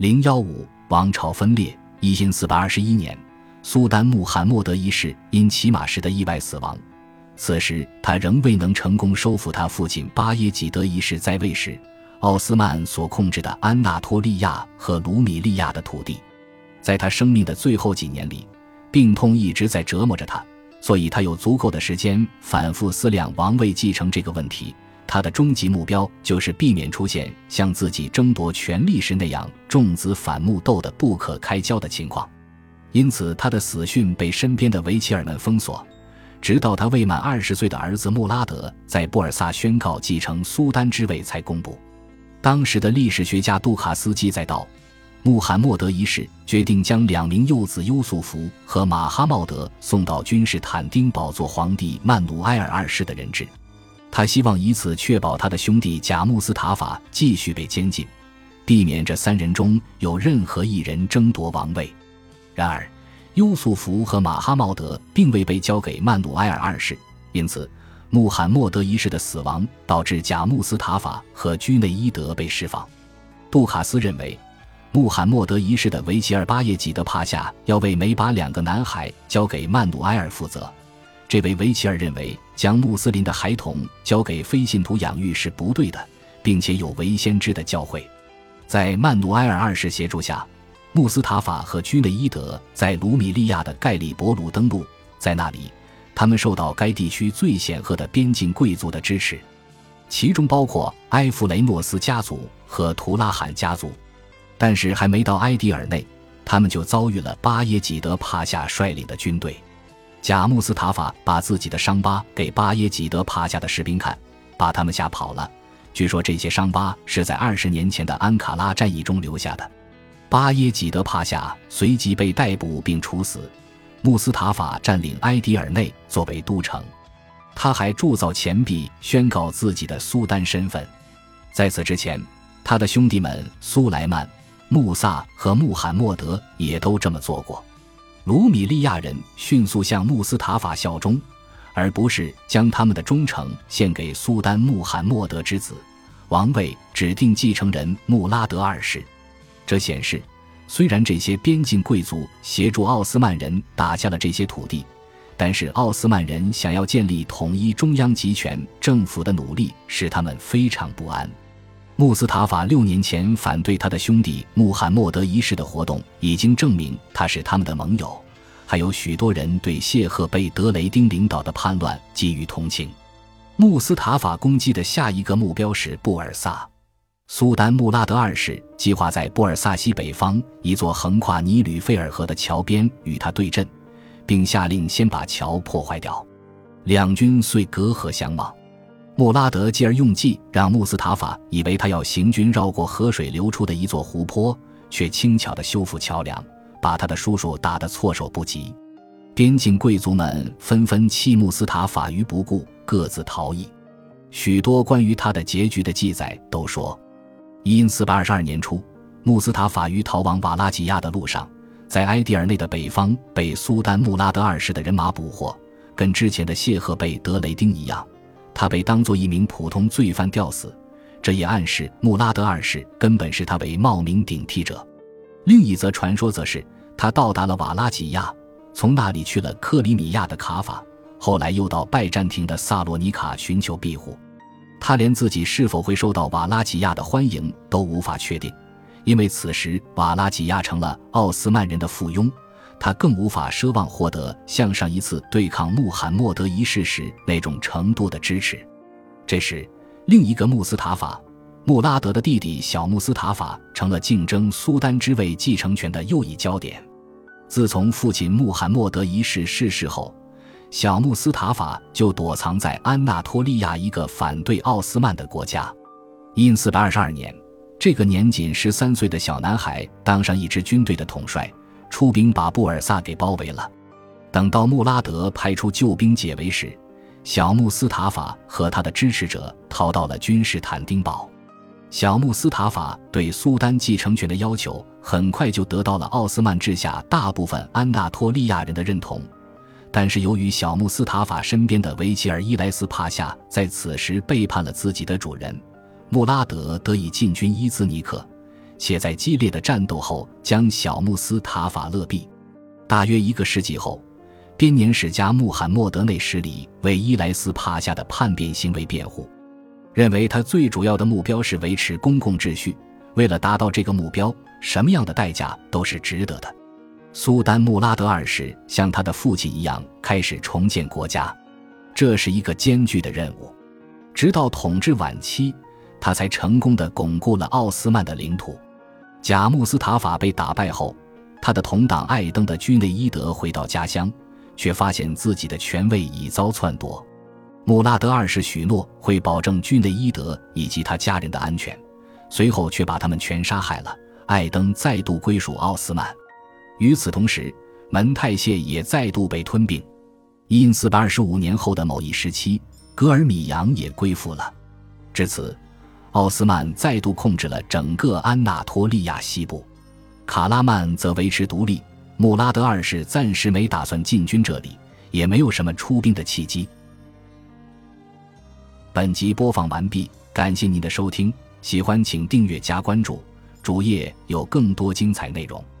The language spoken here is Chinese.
015王朝分裂。1421年，苏丹穆罕默德一世因骑马时的意外死亡，此时他仍未能成功收复他父亲巴耶济德一世在位时奥斯曼所控制的安纳托利亚和卢米利亚的土地。在他生命的最后几年里，病痛一直在折磨着他，所以他有足够的时间反复思量王位继承这个问题。他的终极目标就是避免出现像自己争夺权力时那样众子反目斗得不可开交的情况。因此他的死讯被身边的维齐尔们封锁，直到他未满20岁的儿子穆拉德在布尔萨宣告继承苏丹之位才公布。当时的历史学家杜卡斯记载道，穆罕默德一世决定将2名幼子优素福和马哈茂德送到君士坦丁堡做皇帝曼努埃尔二世的人质，他希望以此确保他的兄弟贾穆斯塔法继续被监禁，避免这3人中有任何一人争夺王位。然而优素福和马哈茂德并未被交给曼努埃尔二世，因此穆罕默德一世的死亡导致贾穆斯塔法和居内伊德被释放。杜卡斯认为穆罕默德一世的维齐尔巴耶济德帕夏要为每把2个男孩交给曼努埃尔负责。这位维齐尔认为将穆斯林的孩童交给非信徒养育是不对的，并且有违先知的教诲。在曼努埃尔二世协助下，穆斯塔法和居内伊德在卢米利亚的盖里伯鲁登陆，在那里他们受到该地区最显赫的边境贵族的支持，其中包括埃弗雷诺斯家族和图拉罕家族。但是还没到埃迪尔内，他们就遭遇了巴耶济德帕夏率领的军队。贾穆斯塔法把自己的伤疤给巴耶济德帕夏的士兵看，把他们吓跑了。据说这些伤疤是在20年前的安卡拉战役中留下的。巴耶济德帕夏随即被逮捕并处死，穆斯塔法占领埃迪尔内作为都城。他还铸造钱币宣告自己的苏丹身份。在此之前，他的兄弟们苏莱曼、穆萨和穆罕默德也都这么做过。卢米利亚人迅速向穆斯塔法效忠，而不是将他们的忠诚献给苏丹穆罕默德之子，王位指定继承人穆拉德二世。这显示，虽然这些边境贵族协助奥斯曼人打下了这些土地，但是奥斯曼人想要建立统一中央集权政府的努力使他们非常不安。穆斯塔法6年前反对他的兄弟穆罕默德一世的活动已经证明他是他们的盟友，还有许多人对谢赫贝德雷丁领导的叛乱给予同情。穆斯塔法攻击的下一个目标是布尔萨。苏丹穆拉德二世计划在布尔萨西北方一座横跨尼吕费尔河的桥边与他对阵，并下令先把桥破坏掉。2军遂隔河相望。穆拉德继而用计让穆斯塔法以为他要行军绕过河水流出的一座湖泊，却轻巧地修复桥梁，把他的叔叔打得措手不及。边境贵族们纷纷弃穆斯塔法于不顾，各自逃逸。许多关于他的结局的记载都说，因422年初，穆斯塔法于逃往瓦拉吉亚的路上，在埃迪尔内的北方被苏丹穆拉德二世的人马捕获，跟之前的谢赫贝德雷丁一样，他被当作一名普通罪犯吊死，这也暗示穆拉德二世根本是他为冒名顶替者。另一则传说则是他到达了瓦拉吉亚，从那里去了克里米亚的卡法，后来又到拜占庭的萨洛尼卡寻求庇护。他连自己是否会受到瓦拉吉亚的欢迎都无法确定，因为此时瓦拉吉亚成了奥斯曼人的附庸，他更无法奢望获得像上一次对抗穆罕默德一世时那种程度的支持。这时，另一个穆斯塔法，穆拉德的弟弟小穆斯塔法成了竞争苏丹之位继承权的又一焦点。自从父亲穆罕默德一世逝世后，小穆斯塔法就躲藏在安纳托利亚一个反对奥斯曼的国家。因422年，这个年仅13岁的小男孩当上一支军队的统帅，出兵把布尔萨给包围了。等到穆拉德派出救兵解围时，小穆斯塔法和他的支持者逃到了君士坦丁堡。小穆斯塔法对苏丹继承权的要求很快就得到了奥斯曼治下大部分安纳托利亚人的认同，但是由于小穆斯塔法身边的维齐尔伊莱斯帕夏在此时背叛了自己的主人，穆拉德得以进军伊兹尼克， 且在激烈的战斗后将小穆斯塔法勒毙。大约1个世纪后，编年史家穆罕默德内什里为伊莱斯帕夏的叛变行为辩护，认为他最主要的目标是维持公共秩序，为了达到这个目标，什么样的代价都是值得的。苏丹穆拉德二世像他的父亲一样开始重建国家，这是一个艰巨的任务。直到统治晚期，他才成功地巩固了奥斯曼的领土。贾穆斯塔法被打败后，他的同党艾登的居内伊德回到家乡，却发现自己的权位已遭篡夺。穆拉德二世许诺会保证居内伊德以及他家人的安全，随后却把他们全杀害了。艾登再度归属奥斯曼。与此同时，门泰谢也再度被吞并。因425年后的某一时期，格尔米扬也归附了。至此，奥斯曼再度控制了整个安纳托利亚西部，卡拉曼则维持独立。穆拉德二世暂时没打算进军这里，也没有什么出兵的契机。本集播放完毕，感谢您的收听，喜欢请订阅加关注，主页有更多精彩内容。